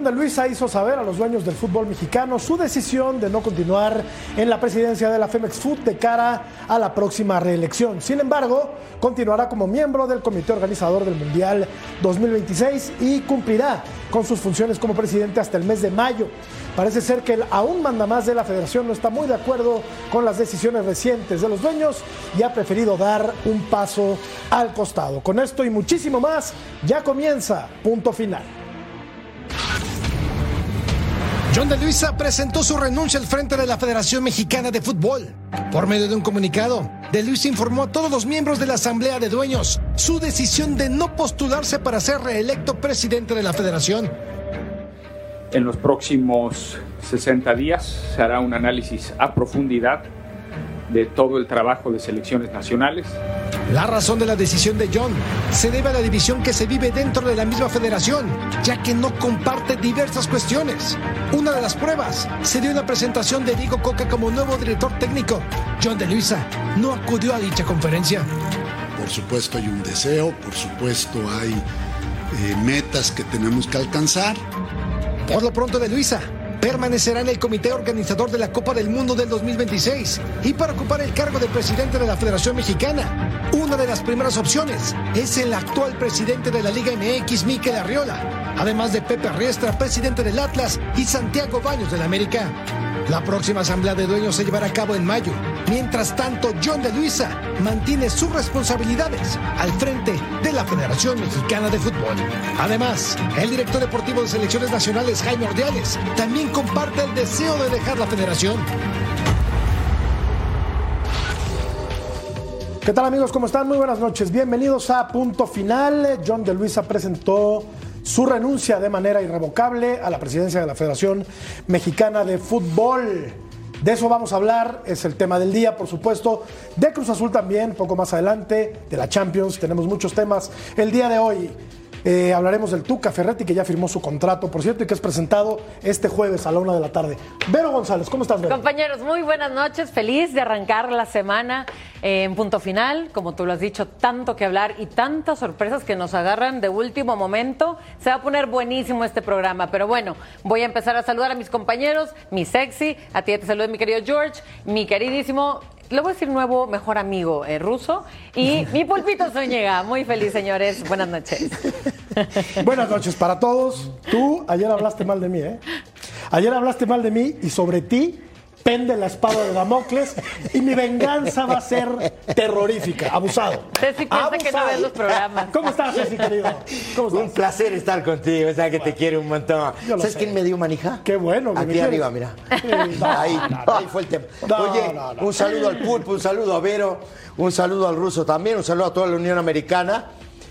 John de Luisa hizo saber a los dueños del fútbol mexicano su decisión de no continuar en la presidencia de la Femex Food de cara a la próxima reelección. Sin embargo, continuará como miembro del comité organizador del Mundial 2026 y cumplirá con sus funciones como presidente hasta el mes de mayo. Parece ser que el aún mandamás de la federación no está muy de acuerdo con las decisiones recientes de los dueños y ha preferido dar un paso al costado. Con esto y muchísimo más, ya comienza Punto Final. John de Luisa presentó su renuncia al frente de la Federación Mexicana de Fútbol. Por medio de un comunicado, de Luisa informó a todos los miembros de la Asamblea de Dueños su decisión de no postularse para ser reelecto presidente de la Federación. En los próximos 60 días se hará un análisis a profundidad de todo el trabajo de selecciones nacionales. La razón de la decisión de John se debe a la división que se vive dentro de la misma federación, ya que no comparte diversas cuestiones. Una de las pruebas se dio en la presentación de Diego Coca como nuevo director técnico. John de Luisa no acudió a dicha conferencia. Por supuesto hay un deseo, por supuesto hay metas que tenemos que alcanzar. Por lo pronto, de Luisa permanecerá en el comité organizador de la Copa del Mundo del 2026 y para ocupar el cargo de presidente de la Federación Mexicana. Una de las primeras opciones es el actual presidente de la Liga MX, Mikel Arriola, además de Pepe Riestra, presidente del Atlas, y Santiago Baños del América. La próxima asamblea de dueños se llevará a cabo en mayo. Mientras tanto, John de Luisa mantiene sus responsabilidades al frente de la Federación Mexicana de Fútbol. Además, el director deportivo de selecciones nacionales, Jaime Ordiales, también comparte el deseo de dejar la federación. ¿Qué tal, amigos? ¿Cómo están? Muy buenas noches. Bienvenidos a Punto Final. John de Luisa presentó su renuncia de manera irrevocable a la presidencia de la Federación Mexicana de Fútbol. De eso vamos a hablar, es el tema del día, por supuesto, de Cruz Azul también, poco más adelante, de la Champions, tenemos muchos temas el día de hoy. Hablaremos del Tuca Ferretti, que ya firmó su contrato, por cierto, y que es presentado este jueves a la 1 de la tarde. Vero González, ¿cómo estás, Vero? Compañeros, muy buenas noches. Feliz de arrancar la semana en Punto Final. Como tú lo has dicho, tanto que hablar y tantas sorpresas que nos agarran de último momento. Se va a poner buenísimo este programa. Pero bueno, voy a empezar a saludar a mis compañeros, mi sexy. A ti te saludo, mi querido George, mi queridísimo, le voy a decir nuevo mejor amigo, Ruso, y mi Pulpito Zúñiga. Muy feliz, señores. Buenas noches. Buenas noches para todos. Tú ayer hablaste mal de mí, ¿eh? Ayer hablaste mal de mí y sobre ti pende la espada de Damocles y mi venganza va a ser terrorífica. Abusado. Ceci piensa que no ves los programas. ¿Cómo estás, Ceci, querido? ¿Cómo estás? Un placer estar contigo, o sea que te quiero un montón. ¿Sabes quién me dio manija? Qué bueno. Que aquí arriba, mira. Ahí fue el tema. Oye, un saludo al Pulpo, un saludo a Vero, un saludo al Ruso también, un saludo a toda la Unión Americana.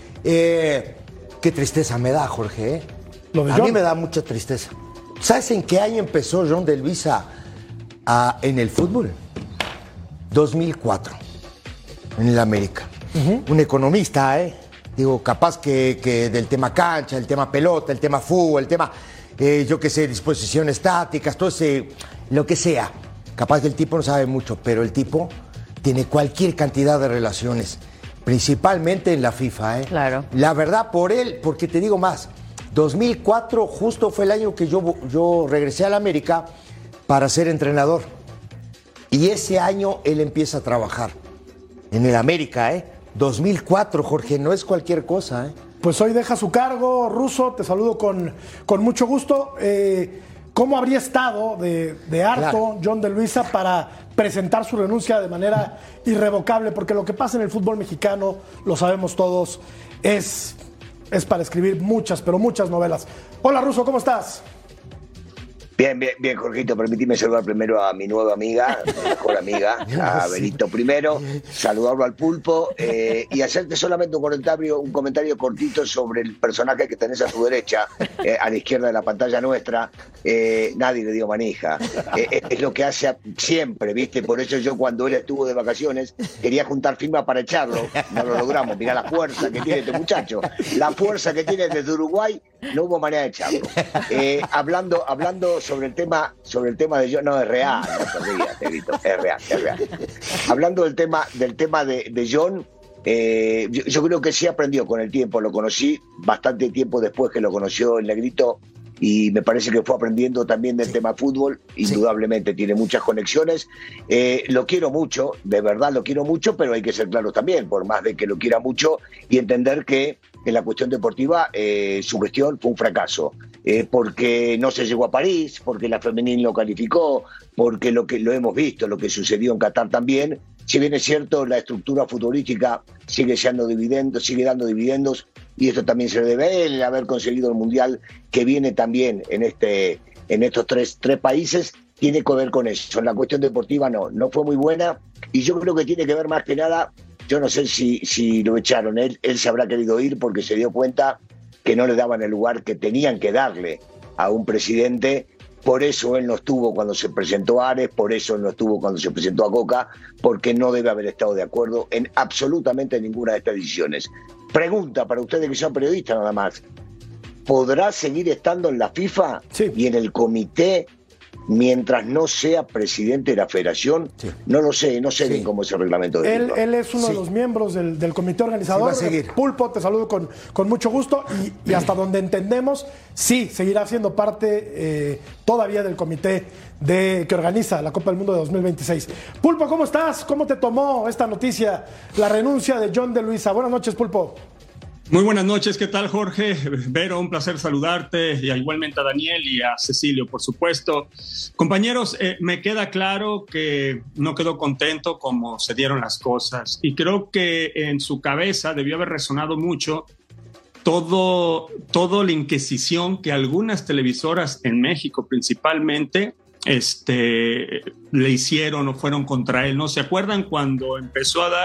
Qué tristeza me da, Jorge. A mí me da mucha tristeza. ¿Sabes en qué año empezó John de Luisa en el fútbol? 2004, en el América. Un economista, digo, capaz que del tema cancha, el tema pelota, el tema fútbol, el tema, yo qué sé, disposiciones tácticas, todo ese, lo que sea. Capaz que el tipo no sabe mucho, pero el tipo tiene cualquier cantidad de relaciones, principalmente en la FIFA. Claro. La verdad, por él, porque te digo más, 2004 justo fue el año que yo regresé al América para ser entrenador. Y ese año él empieza a trabajar en el América, 2004, Jorge, no es cualquier cosa, Pues hoy deja su cargo, Ruso, te saludo con mucho gusto. ¿Cómo habría estado de harto claro John de Luisa para presentar su renuncia de manera irrevocable? Porque lo que pasa en el fútbol mexicano, lo sabemos todos, es para escribir muchas, pero muchas novelas. Hola, Ruso, ¿cómo estás? Bien, Jorgito, permíteme saludar primero a mi nueva amiga, mi mejor amiga, a Benito primero, saludarlo al Pulpo y hacerte solamente un comentario cortito sobre el personaje que tenés a tu derecha, a la izquierda de la pantalla nuestra. Nadie le dio manija. Es lo que hace siempre, ¿viste? Por eso yo cuando él estuvo de vacaciones quería juntar firma para echarlo, no lo logramos. Mirá la fuerza que tiene este muchacho, la fuerza que tiene desde Uruguay, no hubo manera de echarlo. Hablando sobre el tema de John, no es real, no te rías, te grito, es real. Hablando del tema de John, yo creo que sí aprendió con el tiempo, lo conocí bastante tiempo después que lo conoció el Negrito, y me parece que fue aprendiendo también del tema fútbol, indudablemente tiene muchas conexiones. Lo quiero mucho, de verdad lo quiero mucho, pero hay que ser claros también, por más de que lo quiera mucho, y entender que en la cuestión deportiva su gestión fue un fracaso, porque no se llegó a París, porque la femenil no calificó, porque lo hemos visto, lo que sucedió en Qatar también. Si bien es cierto, la estructura futbolística sigue dando dividendos, y esto también se debe a él, haber conseguido el Mundial que viene también en estos tres países, tiene que ver con eso. En la cuestión deportiva no fue muy buena, y yo creo que tiene que ver más que nada, yo no sé si lo echaron, él se habrá querido ir porque se dio cuenta que no le daban el lugar que tenían que darle a un presidente. Por eso él no estuvo cuando se presentó a Ares, por eso él no estuvo cuando se presentó a Coca, porque no debe haber estado de acuerdo en absolutamente ninguna de estas decisiones. Pregunta para ustedes que son periodistas nada más, ¿podrá seguir estando en la FIFA y en el comité mientras no sea presidente de la federación? No lo sé, no sé bien cómo es el reglamento de FIFA. Él es uno de los miembros del comité organizador. Va a seguir. Pulpo, te saludo con mucho gusto, y hasta donde entendemos, sí, seguirá siendo parte todavía del comité que organiza la Copa del Mundo de 2026. Pulpo, ¿cómo estás? ¿Cómo te tomó esta noticia, la renuncia de John de Luisa? Buenas noches, Pulpo. Muy buenas noches, ¿qué tal, Jorge? Vero, un placer saludarte, y igualmente a Daniel y a Cecilio, por supuesto. Compañeros, me queda claro que no quedó contento como se dieron las cosas, y creo que en su cabeza debió haber resonado mucho todo la inquisición que algunas televisoras en México principalmente le hicieron o fueron contra él, ¿no? ¿Se acuerdan cuando empezó a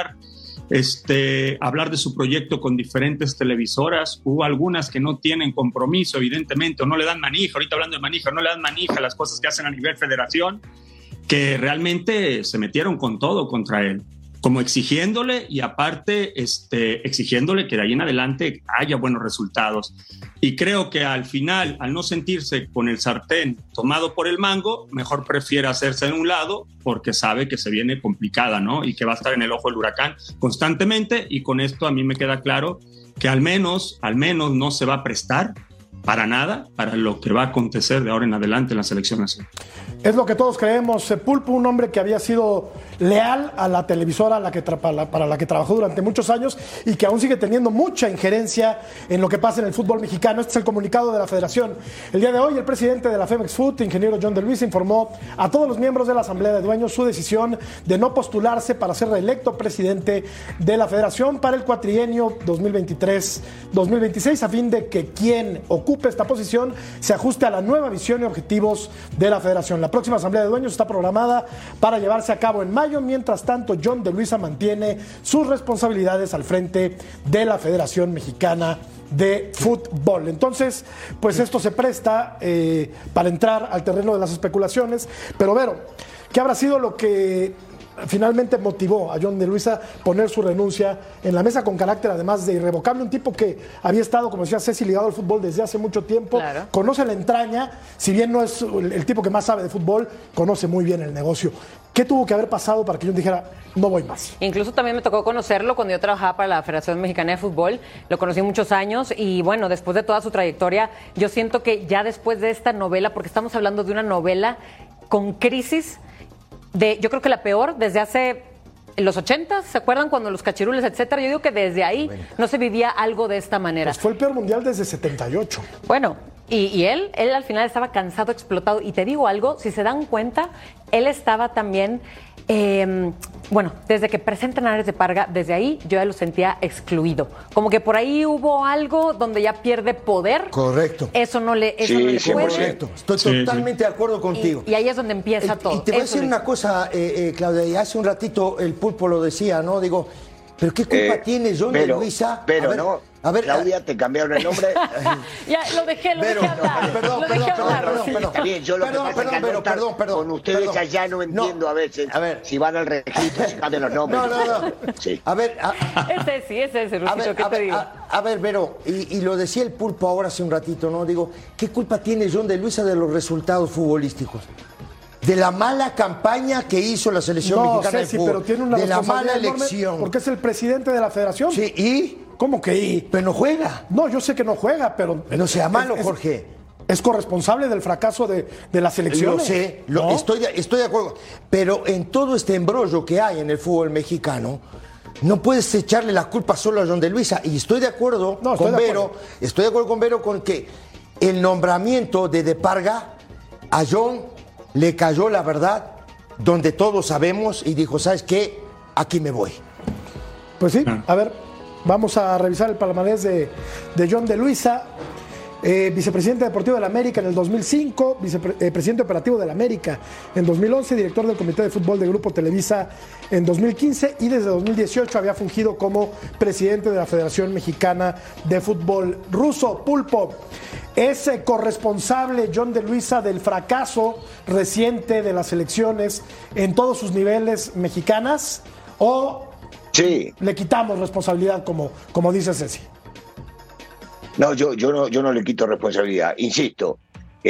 hablar de su proyecto con diferentes televisoras? Hubo algunas que no tienen compromiso, evidentemente, o no le dan manija. Ahorita hablando de manija, no le dan manija a las cosas que hacen a nivel federación, que realmente se metieron con todo contra él, como exigiéndole, y aparte exigiéndole que de ahí en adelante haya buenos resultados. Y creo que al final, al no sentirse con el sartén tomado por el mango, mejor prefiere hacerse en un lado, porque sabe que se viene complicada, ¿no? Y que va a estar en el ojo del huracán constantemente, y con esto a mí me queda claro que al menos no se va a prestar para nada para lo que va a acontecer de ahora en adelante en la selección nacional. Es lo que todos creemos. Pulpo, un hombre que había sido leal a la televisora para la que trabajó durante muchos años, y que aún sigue teniendo mucha injerencia en lo que pasa en el fútbol mexicano. Este es el comunicado de la Federación. El día de hoy, el presidente de la Femex Food, ingeniero John de Luisa, informó a todos los miembros de la Asamblea de Dueños su decisión de no postularse para ser reelecto presidente de la Federación para el cuatrienio 2023-2026, a fin de que quien ocupe esta posición se ajuste a la nueva visión y objetivos de la Federación. La próxima Asamblea de Dueños está programada para llevarse a cabo en mayo. Mientras tanto, John de Luisa mantiene sus responsabilidades al frente de la Federación Mexicana de Fútbol. Entonces, pues esto se presta para entrar al terreno de las especulaciones. Pero, Vero, ¿qué habrá sido lo que finalmente motivó a John de Luisa poner su renuncia en la mesa con carácter además de irrevocable? Un tipo que había estado, como decía Ceci, ligado al fútbol desde hace mucho tiempo, claro. Conoce la entraña, si bien no es el tipo que más sabe de fútbol, conoce muy bien el negocio. ¿Qué tuvo que haber pasado para que John dijera, no voy más? Incluso también me tocó conocerlo cuando yo trabajaba para la Federación Mexicana de Fútbol. Lo conocí muchos años y, bueno, después de toda su trayectoria, yo siento que ya después de esta novela, porque estamos hablando de una novela con crisis, yo creo que la peor desde hace los 80, ¿se acuerdan? Cuando los cachirules, etcétera. Yo digo que desde ahí no se vivía algo de esta manera. Pues fue el peor mundial desde 78. Bueno, y él al final estaba cansado, explotado. Y te digo algo, si se dan cuenta, él estaba también, desde que presentan a Ares de Parga, desde ahí yo ya lo sentía excluido. Como que por ahí hubo algo donde ya pierde poder. Correcto. Eso no le puede. Correcto. Estoy totalmente de acuerdo contigo. Y ahí es donde empieza todo. Y te voy a decir una cosa, Claudia, y hace un ratito el Pulpo lo decía, ¿no? Digo, ¿pero qué culpa tiene John de Luisa? A ver, Claudia, te cambiaron el nombre. Ya, lo dejé hablar. Perdón. Está bien, yo lo que pasa es que con ustedes allá no entiendo a veces si van al registro y cambian los nombres. No. Sí. A ver. Ese, Rusito, ¿qué te digo? A ver, Vero, y lo decía el Pulpo ahora hace un ratito, ¿no? Digo, ¿qué culpa tiene John de Luisa de los resultados futbolísticos? De la mala campaña que hizo la selección mexicana de fútbol. Pero tiene una de la mala enorme elección. Porque es el presidente de la federación. Sí, ¿y? ¿Cómo que y? Pero no juega. No, yo sé que no juega, pero... No sea malo, Jorge. es corresponsable del fracaso de la selección. Lo sé, ¿no? estoy de acuerdo. Pero en todo este embrollo que hay en el fútbol mexicano, no puedes echarle la culpa solo a John de Luisa. Y estoy de acuerdo con Vero con que el nombramiento de Parga a John le cayó, la verdad, donde todos sabemos, y dijo, ¿sabes qué? Aquí me voy. Pues sí, a ver, vamos a revisar el palmarés de John de Luisa. Vicepresidente deportivo de la América en el 2005, vicepresidente operativo de la América en 2011, director del Comité de Fútbol de Grupo Televisa en 2015 y desde 2018 había fungido como presidente de la Federación Mexicana de Fútbol. Ruso, Pulpo, ¿es corresponsable John de Luisa del fracaso reciente de las elecciones en todos sus niveles mexicanas o le quitamos responsabilidad como dice Ceci? No, yo no le quito responsabilidad, insisto,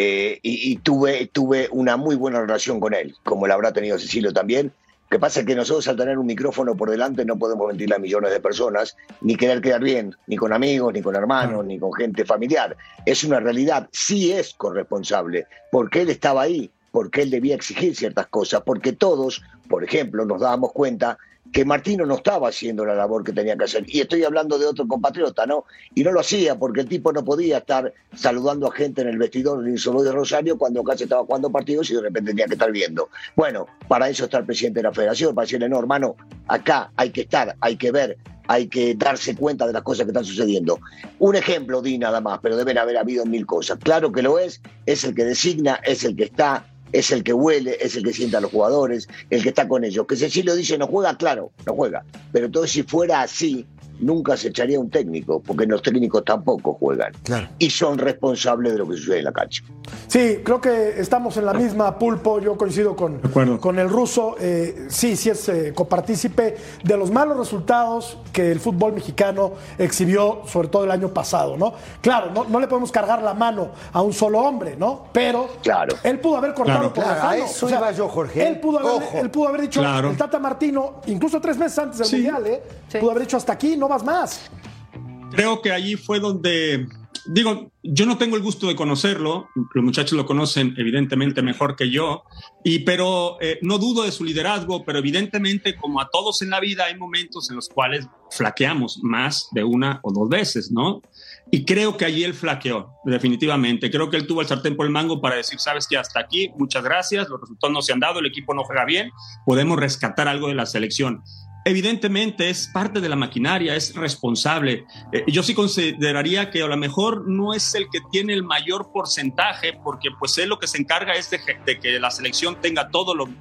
y tuve una muy buena relación con él, como la habrá tenido Cecilio también. Lo que pasa es que nosotros al tener un micrófono por delante no podemos mentirle a millones de personas, ni querer quedar bien, ni con amigos, ni con hermanos, ni con gente familiar. Es una realidad, sí es corresponsable, porque él estaba ahí, porque él debía exigir ciertas cosas, porque todos, por ejemplo, nos dábamos cuenta que Martino no estaba haciendo la labor que tenía que hacer. Y estoy hablando de otro compatriota, ¿no? Y no lo hacía porque el tipo no podía estar saludando a gente en el vestidor de Insoluble de Rosario cuando acá se estaba jugando partidos y de repente tenía que estar viendo. Bueno, para eso está el presidente de la federación, para decirle, no, hermano, acá hay que estar, hay que ver, hay que darse cuenta de las cosas que están sucediendo. Un ejemplo di nada más, pero deben haber habido 1000 cosas. Claro que lo es el que designa, es el que está, es el que huele, es el que sienta a los jugadores, el que está con ellos. Que Cecilio dice no juega, claro, no juega. Pero entonces si fuera así, nunca se echaría un técnico, porque los técnicos tampoco juegan. Claro. Y son responsables de lo que sucede en la cancha. Sí, creo que estamos en la misma, Pulpo. Yo coincido con el ruso. Sí es copartícipe de los malos resultados que el fútbol mexicano exhibió, sobre todo el año pasado, ¿no? Claro, no le podemos cargar la mano a un solo hombre, ¿no? Pero él pudo haber cortado por la mano. A eso iba yo, Jorge. Él pudo haber dicho, el Tata Martino, incluso 3 meses antes del Mundial, pudo haber dicho hasta aquí, no vas más. Creo que allí fue donde, digo, yo no tengo el gusto de conocerlo, los muchachos lo conocen evidentemente mejor que yo, pero no dudo de su liderazgo, pero evidentemente como a todos en la vida hay momentos en los cuales flaqueamos más de 1 o 2 veces, ¿no? Y creo que allí él flaqueó, definitivamente. Creo que él tuvo el sartén por el mango para decir, sabes que hasta aquí, muchas gracias, los resultados no se han dado, el equipo no juega bien, podemos rescatar algo de la selección. Evidentemente es parte de la maquinaria, es responsable. Yo sí consideraría que a lo mejor no es el que tiene el mayor porcentaje, porque pues él lo que se encarga es de que la selección tenga todo lo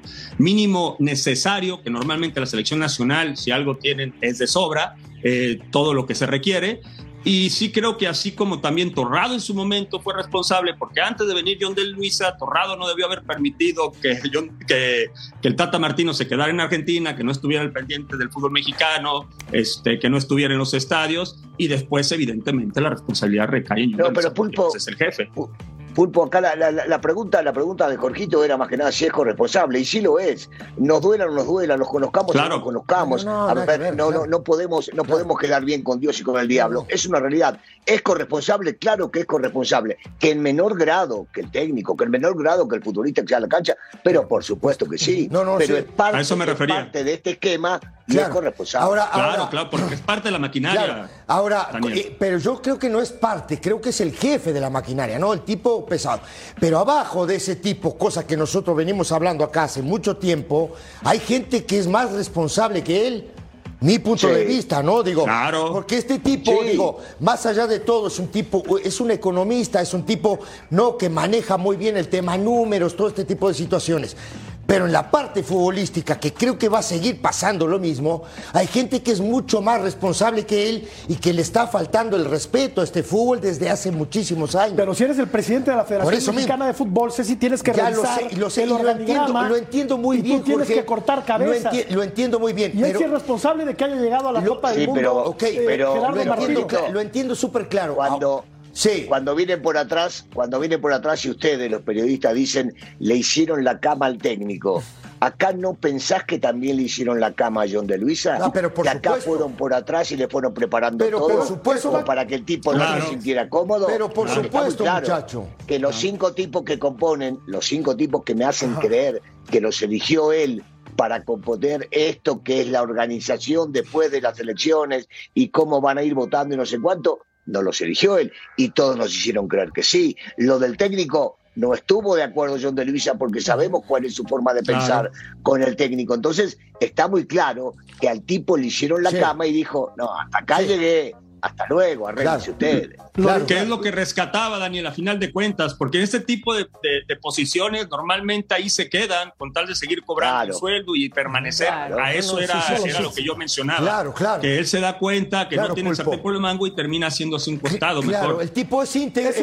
mínimo necesario, que normalmente la selección nacional, si algo tienen, es de sobra, todo lo que se requiere. Y sí creo que así como también Torrado en su momento fue responsable, porque antes de venir John de Luisa, Torrado no debió haber permitido que el Tata Martino se quedara en Argentina, que no estuviera al pendiente del fútbol mexicano, que no estuviera en los estadios, y después evidentemente la responsabilidad recae en John de Luisa, porque es el jefe. Pulpo, acá la pregunta de Jorgito era más que nada si es corresponsable, y sí lo es. Nos duela o no nos duela, nos conozcamos o no nos conozcamos. No podemos quedar bien con Dios y con el diablo. Es una realidad. ¿Es corresponsable? Claro que es corresponsable. Que en menor grado que el técnico, que en menor grado que el futbolista que sea a la cancha, pero por supuesto que sí. Pero es parte, a eso me refería. Es parte de este esquema y es corresponsable. Claro, porque es parte de la maquinaria. Pero yo creo que no es parte, creo que es el jefe de la maquinaria, ¿no? El tipo pesado. Pero abajo de ese tipo, cosa que nosotros venimos hablando acá hace mucho tiempo, hay gente que es más responsable que él. Mi punto de vista, ¿no? Digo, porque este tipo, más allá de todo, es un tipo, es un economista, es un tipo, ¿no? Que maneja muy bien el tema números, todo este tipo de situaciones. Pero en la parte futbolística, que creo que va a seguir pasando lo mismo, hay gente que es mucho más responsable que él y que le está faltando el respeto a este fútbol desde hace muchísimos años. Pero si eres el presidente de la Federación Mexicana de Fútbol, Ceci, tienes que revisar el organigrama. Lo entiendo muy bien, tú tienes que cortar cabezas. Lo entiendo muy bien. Y él sí es responsable de que haya llegado a la Copa del Mundo. Pero lo entiendo súper claro. Cuando vienen por atrás y ustedes, los periodistas, dicen le hicieron la cama al técnico. ¿Acá no pensás que también le hicieron la cama a John de Luisa? No, pero por que acá supuesto. fueron por atrás y le fueron preparando Pero todo. por supuesto. como para que el tipo no se sintiera cómodo. Pero por Está muy supuesto, claro muchacho. Que los 5 tipos que componen, los 5 tipos que me hacen creer que los eligió él para componer esto que es la organización después de las elecciones y cómo van a ir votando y no sé cuánto, no los eligió él. Y todos nos hicieron creer que sí. Lo del técnico... No estuvo de acuerdo John de Luisa porque sabemos cuál es su forma de pensar con el técnico. Entonces está muy claro que al tipo le hicieron la cama y dijo, no, hasta acá llegué, hasta luego, arréglense ustedes. Claro, que es lo que rescataba, Daniel, a final de cuentas, porque en este tipo de posiciones normalmente ahí se quedan con tal de seguir cobrando el sueldo y permanecer. A eso era lo que yo mencionaba. Que él se da cuenta que no tiene el sartén por el mango y termina haciéndose un costado mejor. Claro, el tipo es íntegro.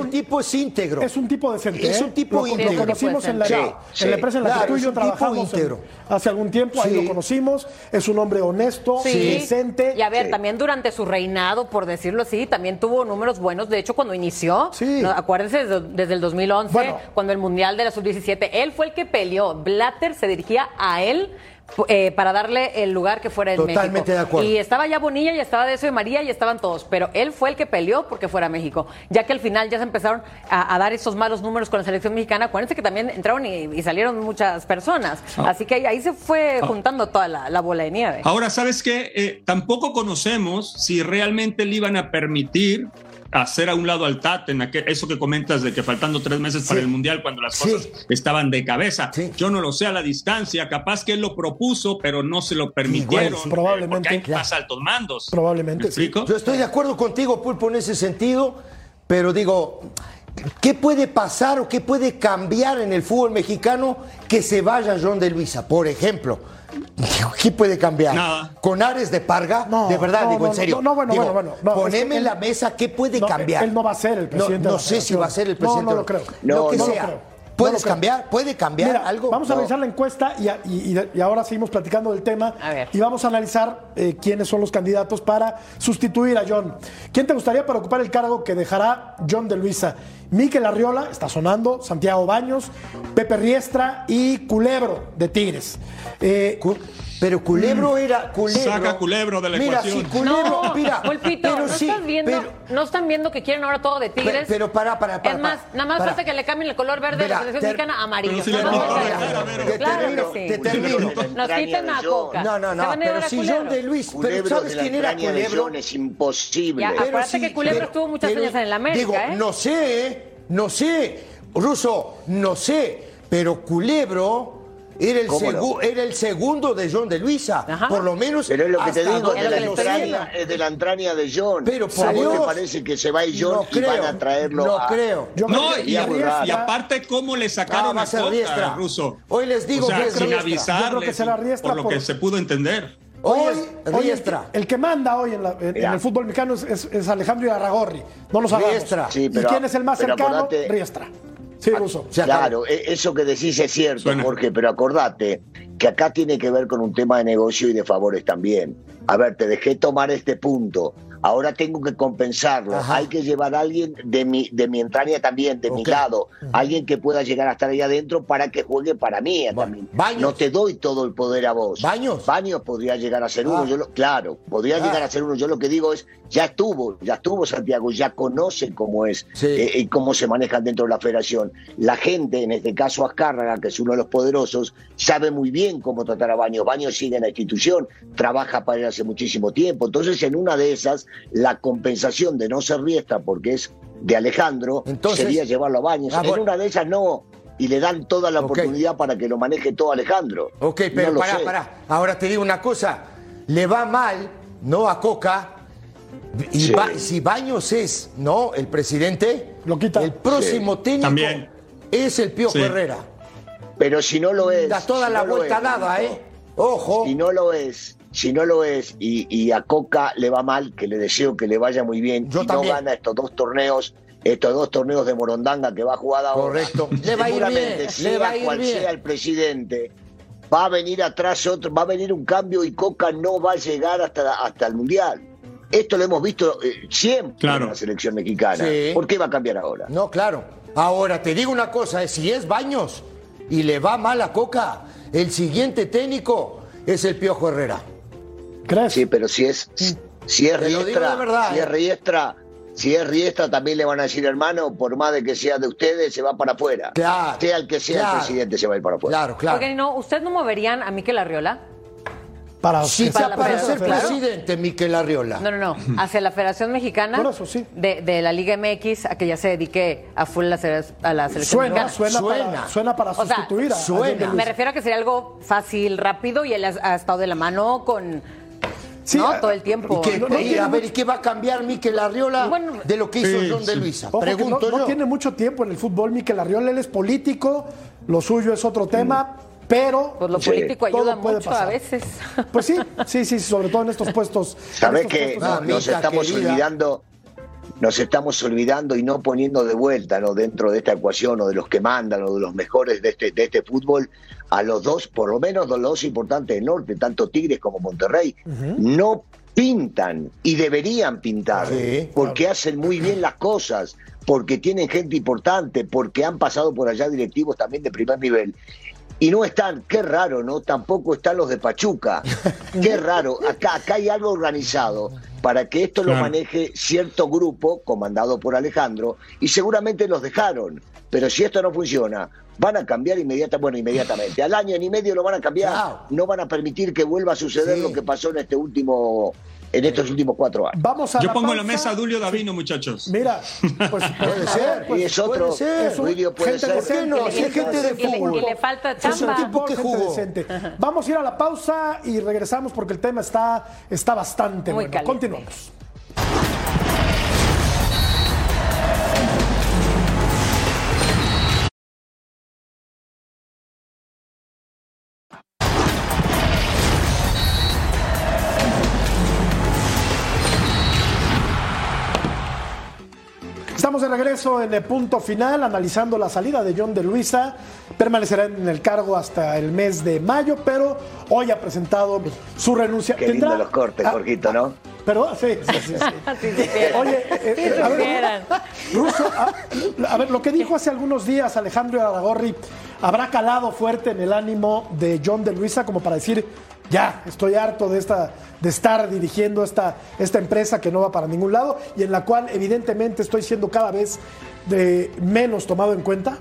Es un tipo decente. Es un tipo íntegro. Lo conocimos en la empresa en la que tú y yo trabajamos hace algún tiempo. Ahí lo conocimos. Es un hombre honesto, decente. Y a ver, también durante su reinado, por decirlo así, también tuvo números buenos. De hecho, cuando inició, ¿no? Acuérdense desde el 2011, cuando el Mundial de la Sub-17, él fue el que peleó. Blatter se dirigía a él para darle el lugar que fuera en México. Totalmente de acuerdo. Y estaba ya Bonilla, y estaba Decio de María, y estaban todos. Pero él fue el que peleó porque fuera a México. Ya que al final ya se empezaron a dar esos malos números con la selección mexicana. Acuérdense que también entraron y salieron muchas personas. Así que ahí se fue juntando toda la bola de nieve. Ahora, ¿sabes qué? Tampoco conocemos si realmente le iban a permitir hacer a un lado al Tata en eso que comentas de que faltando 3 meses para el Mundial cuando las cosas estaban de cabeza. Yo no lo sé a la distancia, capaz que él lo propuso, pero no se lo permitieron. Probablemente. Porque hay más altos mandos. Probablemente. ¿Me explico? Yo estoy de acuerdo contigo, Pulpo, en ese sentido, pero digo, ¿qué puede pasar o qué puede cambiar en el fútbol mexicano que se vaya John de Luisa? Por ejemplo, ¿qué puede cambiar? Nada. ¿Con Ares de Parga? De verdad, en serio. Bueno. Poneme en la mesa qué puede cambiar. Él no va a ser el presidente. No sé si va a ser el presidente. No lo creo. Lo que no sea. Lo creo. ¿Puedes cambiar? ¿Puede cambiar algo? Vamos a revisar la encuesta y ahora seguimos platicando del tema. Y vamos a analizar quiénes son los candidatos para sustituir a John. ¿Quién te gustaría para ocupar el cargo que dejará John de Luisa? Mikel Arriola, está sonando, Santiago Baños, Pepe Riestra y Culebro de Tigres. Pero Culebro era Culebro. Saca Culebro de la ecuación. Si Culebro, Pulpito, ¿no están viendo que quieren ahora todo de Tigres? Pero para. Es más, nada más falta que le cambien el color verde de la selección mexicana a amarillo. Te termino. Nos quitan a Coca. No, pero si John de Luis, pero ¿sabes quién era Culebro? Es imposible. Acuérdate que Culebro estuvo muchas años en el América. Digo, no sé, Russo, no sé, pero Culebro era el segundo de John de Luisa. Por lo menos. Pero es lo que te digo, es de la entraña de John. Pero por Dios, Dios, me parece que se va y John y van a traerlo. No creo. Y aparte, ¿cómo le sacaron a Coca, Russo? Hoy les digo que es sin Riestra. avisarles, Yo creo que será Riestra por lo que se pudo entender. Hoy es Riestra. El que manda hoy en el fútbol mexicano es Alejandro Irarrágorri. No lo sabemos. Riestra. ¿Y quién es el más cercano? Riestra. Sí, Russo. Claro, eso que decís es cierto, Jorge, pero acordate que acá tiene que ver con un tema de negocio y de favores también. A ver, te dejé tomar este punto, ahora tengo que compensarlo. Hay que llevar a alguien de mi entraña también, de mi lado, alguien que pueda llegar a estar ahí adentro para que juegue para mí también. Baños. No te doy todo el poder a vos. Baños podría llegar a ser uno, podría llegar a ser uno. Yo lo que digo es, ya estuvo Santiago, ya conoce cómo es y cómo se manejan dentro de la federación. La gente, en este caso Azcárraga, que es uno de los poderosos, sabe muy bien cómo tratar a Baños. Baños sigue en la institución, trabaja para él hace muchísimo tiempo. Entonces, en una de esas, la compensación de no ser Riestra, porque es de Alejandro, sería llevarlo a Baños. En una de esas no, y le dan toda la oportunidad para que lo maneje todo Alejandro. Ok, pero pará. Ahora te digo una cosa, le va mal, ¿no? A Coca. Y si Baños es, ¿no? El presidente, lo quita. El próximo técnico también es el Piojo Herrera. Pero si no lo es. Da toda la vuelta dada, Ojo. Si no lo es, y a Coca le va mal, que le deseo que le vaya muy bien, Yo y también. no gana estos dos torneos de Morondanga que va a jugar ahora. Correcto. Le va a ir bien. Sea cual sea el presidente, va a venir atrás va a venir un cambio y Coca no va a llegar hasta el Mundial. Esto lo hemos visto siempre en la selección mexicana. Sí. ¿Por qué va a cambiar ahora? No, claro. Ahora te digo una cosa, si es Baños y le va mal a Coca, el siguiente técnico es el Piojo Herrera. ¿Crees? Sí, pero si es Te lo digo de verdad, si es Riestra, también le van a decir, hermano, por más de que sea de ustedes, se va para afuera. Claro, sea el que sea el presidente, se va a ir para afuera. Claro. Porque no, ¿ustedes no moverían a Mikel Arriola? Para ser presidente, Mikel Arriola. No. Hacia la Federación Mexicana. Por eso, sí. De la Liga MX, a que ya se dedique a full a la selección mexicana. Suena para sustituir a John de Luisa. Me refiero a que sería algo fácil, rápido, y él ha estado de la mano con... Sí, todo el tiempo. ¿Y qué va a cambiar Mikel Arriola de lo que hizo John de Luisa? Ojo, Pregunto no tiene mucho tiempo en el fútbol Mikel Arriola. Él es político, lo suyo es otro tema, pero... Pues lo político ayuda mucho a veces. Pues sí, sobre todo en estos puestos. ¿Sabés que nos estamos olvidando y no poniendo de vuelta, ¿no?, dentro de esta ecuación, o de los que mandan, o de los mejores de este fútbol, a los dos, por lo menos los dos importantes del norte, tanto Tigres como Monterrey, no pintan y deberían pintar, porque hacen muy bien las cosas, porque tienen gente importante, porque han pasado por allá directivos también de primer nivel. Y no están, qué raro, ¿no? Tampoco están los de Pachuca. Qué raro. Acá hay algo organizado para que esto lo maneje cierto grupo, comandado por Alejandro, y seguramente los dejaron. Pero si esto no funciona, van a cambiar inmediatamente. Al año y medio lo van a cambiar. No van a permitir que vuelva a suceder lo que pasó en estos últimos 4 años. Yo pongo en la mesa a Dulio Davino, muchachos. Mira, pues puede ser. Y es otro. Dulio puede ser. Es gente de fútbol. Y le falta chamba. Es un tipo que jugó. Vamos a ir a la pausa y regresamos porque el tema está bastante muy bueno. caliente. Continuamos. Estamos de regreso en el punto final, analizando la salida de John de Luisa. Permanecerá en el cargo hasta el mes de mayo, pero hoy ha presentado su renuncia. Qué lindo los cortes, Jorgito, ¿no? ¿Perdón? Sí. Oye, a ver, Russo, a ver, lo que dijo hace algunos días Alejandro Irarrágorri, ¿habrá calado fuerte en el ánimo de John de Luisa como para decir, ya, estoy harto de estar dirigiendo esta empresa que no va para ningún lado y en la cual evidentemente estoy siendo cada vez menos tomado en cuenta?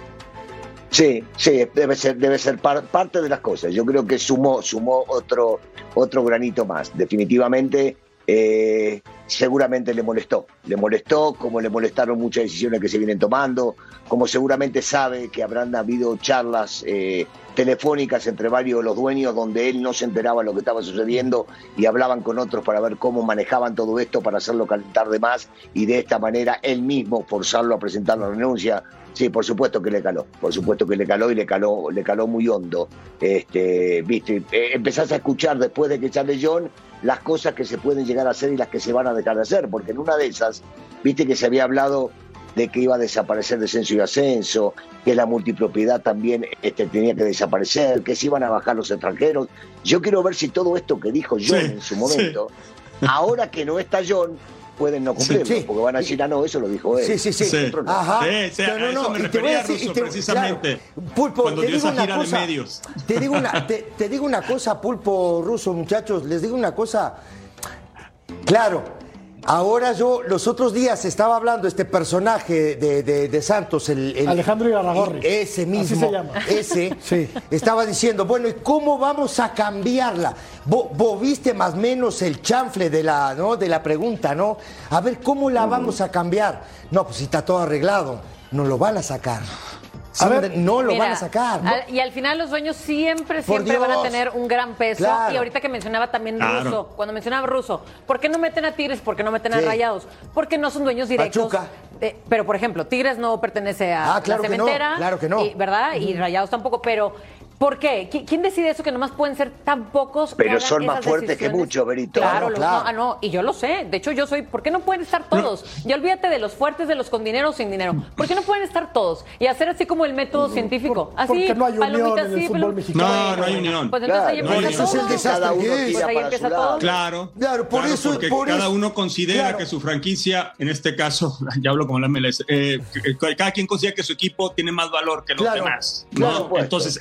Sí, debe ser parte de las cosas. Yo creo que sumó otro granito más. Definitivamente, seguramente le molestó, como le molestaron muchas decisiones que se vienen tomando, como seguramente sabe que habrán habido charlas telefónicas entre varios de los dueños donde él no se enteraba de lo que estaba sucediendo y hablaban con otros para ver cómo manejaban todo esto para hacerlo calentar de más y de esta manera él mismo forzarlo a presentar la renuncia. Sí, por supuesto que le caló y le caló muy hondo. Viste, empezás a escuchar después de que sale John las cosas que se pueden llegar a hacer y las que se van a dejar de hacer, porque en una de esas, viste que se había hablado de que iba a desaparecer descenso y ascenso, que la multipropiedad también tenía que desaparecer, que se iban a bajar los extranjeros. Yo quiero ver si todo esto que dijo John en su momento, ahora que no está John, pueden no cumplirlo, porque van a decir, no, eso lo dijo él. Sí. Ajá. A eso me refería, Russo, precisamente. Claro, Pulpo, cuando dio esa gira de medios. Te digo una cosa, Pulpo, Russo, muchachos, les digo una cosa. Claro, ahora los otros días estaba hablando este personaje de Santos, el Alejandro Irarrágorri. Ese mismo. Así se llama. Ese. Estaba diciendo, bueno, ¿y cómo vamos a cambiarla? Vos viste más o menos el chanfle de la pregunta, ¿no? A ver, ¿cómo la vamos a cambiar? No, pues si está todo arreglado, no lo van a sacar. No lo van a sacar. Y al final los dueños siempre van a tener un gran peso. Claro. Y ahorita que mencionaba también Russo, cuando mencionaba Russo, ¿por qué no meten a Tigres? ¿Por qué no meten a Rayados? Porque no son dueños directos. Pachuca. Pero, por ejemplo, Tigres no pertenece a claro la cementera. Claro que no. ¿Verdad? Y Rayados tampoco, pero... ¿Por qué? ¿Quién decide eso que nomás pueden ser tan pocos? Pero son más fuertes que muchos, Berito. Claro, no, y yo lo sé. De hecho, ¿por qué no pueden estar todos? Ya olvídate de los fuertes, de los con dinero o sin dinero. ¿Por qué no pueden estar todos? Y hacer así como el método científico. Así, porque no hay unión en el fútbol mexicano. No hay unión. Pues entonces ahí empieza eso es el desastre. Pues ahí empieza todo. Claro, porque cada uno considera que su franquicia, en este caso, ya hablo como la MLS, cada quien considera que su equipo tiene más valor que los demás, ¿no? Entonces eso no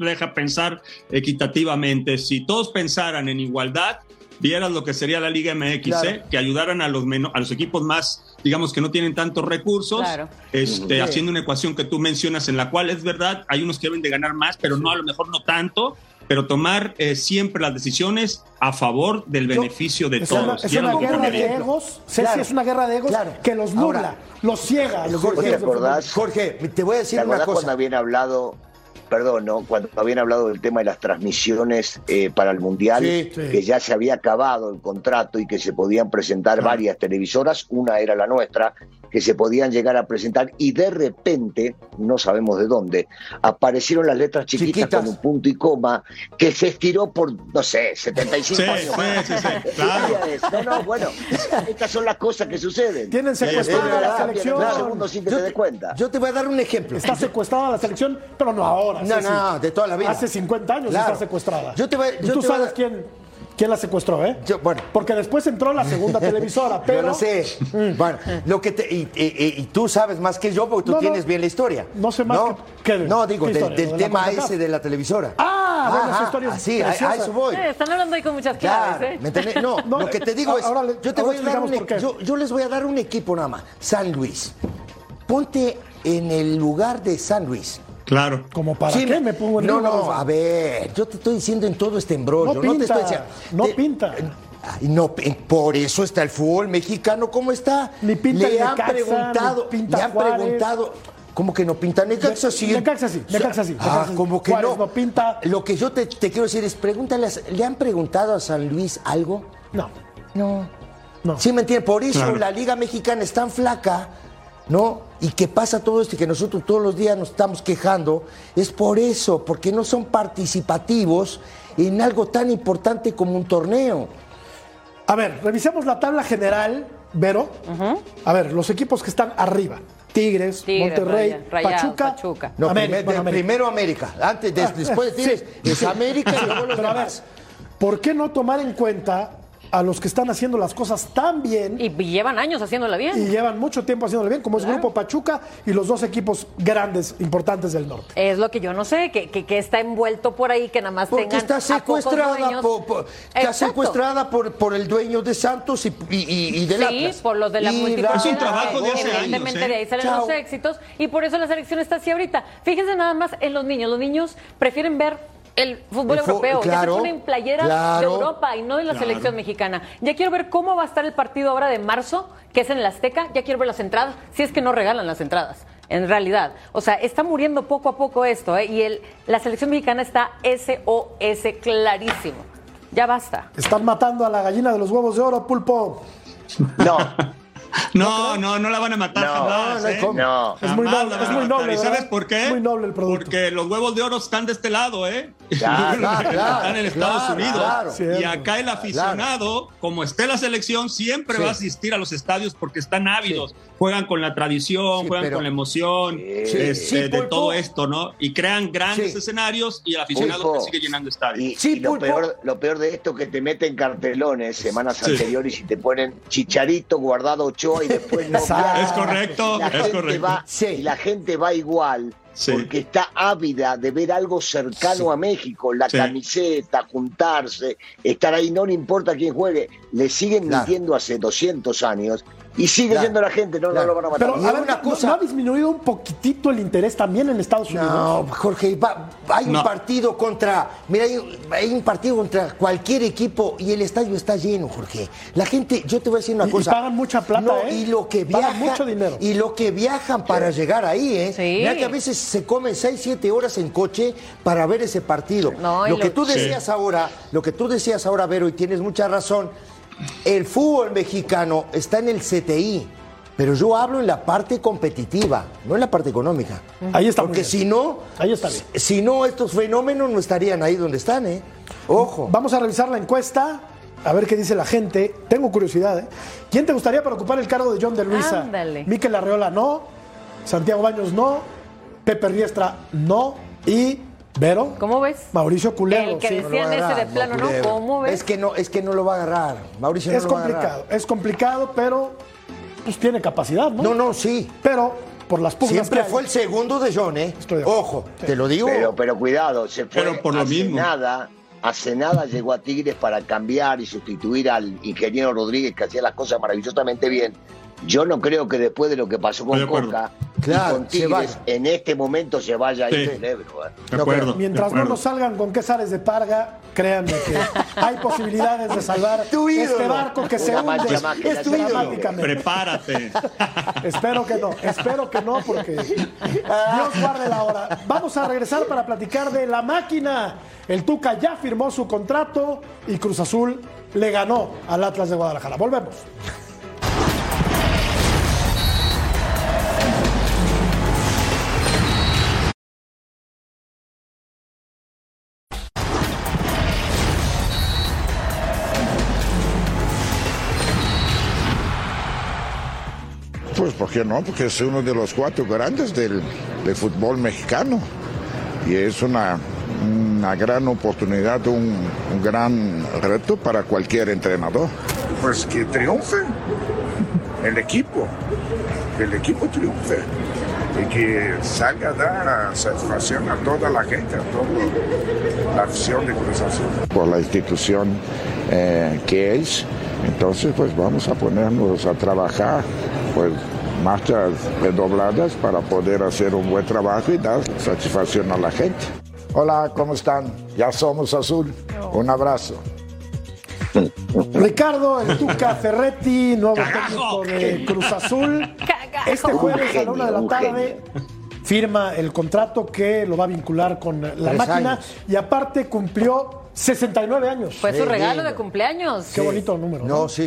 te deja pensar equitativamente. Si todos pensaran en igualdad, vieras lo que sería la Liga MX, claro. Que ayudaran a los equipos más, digamos, que no tienen tantos recursos, claro. Haciendo una ecuación que tú mencionas en la cual es verdad, hay unos que deben de ganar más, pero no, a lo mejor no tanto, pero tomar siempre las decisiones a favor del beneficio de todos. Es una guerra de egos, claro. Es una guerra de egos que los nubla, ahora, los ciega. ¿Te acordás? Jorge, te voy a decir una cosa. Cuando habían hablado... Perdón, ¿no? Cuando habían hablado del tema de las transmisiones para el Mundial, que ya se había acabado el contrato y que se podían presentar varias televisoras, una era la nuestra, que se podían llegar a presentar, y de repente, no sabemos de dónde, aparecieron las letras chiquitas con un punto y coma, que se estiró por, no sé, 75 años. Claro. No, bueno, estas son las cosas que suceden. Tienen secuestrada la selección. Un segundo sin que te des cuenta. Yo te voy a dar un ejemplo. Está secuestrada la selección, pero no ahora. No, de toda la vida. Hace 50 años está secuestrada. Tú sabes quién la secuestró, ¿eh? Porque después entró la segunda televisora, pero... Yo lo sé. Bueno, y tú sabes más que yo porque tú tienes bien la historia. No sé más que... No, digo, del tema ese de la televisora. Bueno, esa historia es preciosa. A eso voy. Están hablando ahí con muchas claves, ¿eh? ¿Me entendés? No, lo que te digo es... Yo les voy a dar un equipo nada más. San Luis. Ponte en el lugar de San Luis. Claro. ¿Como para qué me pongo en No, a ver, yo te estoy diciendo en todo este embrollo. No pinta. No, por eso está el fútbol mexicano, ¿cómo está? Ni pinta le han preguntado, ¿cómo que no pinta? Necaxa sí. Necaxa sí. Como que Juárez no pinta. Lo que yo te quiero decir es, pregúntale, ¿le han preguntado a San Luis algo? No. ¿Sí me entiendes? Por eso la Liga Mexicana es tan flaca, ¿no? Y que pasa todo esto y que nosotros todos los días nos estamos quejando, es por eso, porque no son participativos en algo tan importante como un torneo. A ver, revisemos la tabla general, Vero. A ver, los equipos que están arriba. Tigres, Monterrey, Pachuca. No, primero América. Después de Tigres es América y luego los demás. ¿Por qué no tomar en cuenta a los que están haciendo las cosas tan bien? Y llevan años haciéndola bien. Y llevan mucho tiempo haciéndola bien, como es Grupo Pachuca y los dos equipos grandes, importantes del norte. Es lo que yo no sé, que está envuelto por ahí, que nada más porque tengan está secuestrada, está secuestrada por el dueño de Santos y del Atlas. Sí, por los de la multiplicidad. Es un trabajo de hace años. Evidentemente de ahí salen los éxitos y por eso la selección está así ahorita. Fíjense nada más en los niños. Los niños prefieren ver el fútbol europeo, ya se ponen playeras de Europa y no de la selección mexicana. Ya quiero ver cómo va a estar el partido ahora de marzo, que es en el Azteca. Ya quiero ver las entradas, si es que no regalan las entradas, en realidad. O sea, está muriendo poco a poco esto, ¿eh? Y la selección mexicana está SOS clarísimo. Ya basta. Están matando a la gallina de los huevos de oro, Pulpo. No la van a matar jamás. No. Es muy noble. ¿Y sabes por qué? Es muy noble el producto. Porque los huevos de oro están de este lado, ¿eh? Están en Estados Unidos. Y acá el aficionado, como esté la selección, siempre va a asistir a los estadios porque están ávidos. Juegan con la tradición, juegan con la emoción de todo esto, ¿no? Y crean grandes escenarios y el aficionado sigue llenando estadios. Y lo peor de esto es que te meten cartelones semanas anteriores y te ponen Chicharito guardado Ochoa y después no. Es correcto, Y la gente va igual. Porque está ávida de ver algo cercano a México, la camiseta, juntarse, estar ahí, no le importa quién juegue, le siguen mintiendo hace 200 años y sigue yendo la gente, no lo van a matar. Pero a ver, ¿no ha disminuido un poquitito el interés también en Estados Unidos? No, Jorge, hay un partido contra, mira, hay un partido contra cualquier equipo y el estadio está lleno, Jorge. La gente, yo te voy a decir una cosa. Y pagan mucha plata, y lo que viajan, mucho dinero. Y lo que viajan para llegar ahí, Mira que a veces se comen 6-7 horas en coche para ver ese partido. Lo que tú decías ahora, Vero, y tienes mucha razón, el fútbol mexicano está en el CTI, pero yo hablo en la parte competitiva, no en la parte económica. Ahí está. Porque si no, estos fenómenos no estarían ahí donde están, Ojo. Vamos a revisar la encuesta, a ver qué dice la gente. Tengo curiosidad, ¿Quién te gustaría para ocupar el cargo de John de Luisa? Ándale. Mikel Arreola no, Santiago Baños no, Pepe Riestra no y ¿Vero? ¿Cómo ves? Mauricio Culebro. El que decían ese de plano, ¿no? ¿Cómo ves? Es que no lo va a agarrar. Mauricio no lo va a agarrar. Es complicado, pero pues tiene capacidad, ¿no? No, sí. Pero por las pugnas. Siempre fue el segundo de John, ¿eh? Ojo, te lo digo. Pero cuidado, se fue Pero por lo mismo. Hace nada llegó a Tigres para cambiar y sustituir al ingeniero Rodríguez, que hacía las cosas maravillosamente bien. Yo no creo que después de lo que pasó con Coca y con Tigres, en este momento se vaya a ir del Ebro. De acuerdo, mientras no nos salgan con Quesares de Parga, créanme que hay posibilidades de salvar este barco que se hunde dramáticamente. Prepárate. Espero que no, porque Dios guarde la hora. Vamos a regresar para platicar de la máquina. El Tuca ya firmó su contrato y Cruz Azul le ganó al Atlas de Guadalajara. Volvemos. Pues, ¿por qué no? Porque es uno de los 4 grandes del fútbol mexicano y es una gran oportunidad, un gran reto para cualquier entrenador. Pues que triunfe el equipo, que el equipo triunfe y que salga a dar satisfacción a toda la gente, a toda la afición de Cruz Azul. Por la institución que es, entonces pues vamos a ponernos a trabajar, pues marchas redobladas para poder hacer un buen trabajo y dar satisfacción a la gente. Hola, ¿cómo están? Ya somos azul. Un abrazo. Ricardo El Tuca Ferretti, nuevo técnico de Cruz Azul. Este jueves a la 1 de la tarde firma el contrato que lo va a vincular con la máquina y aparte cumplió 69 años. Fue su regalo de cumpleaños. Qué bonito número. No, sí.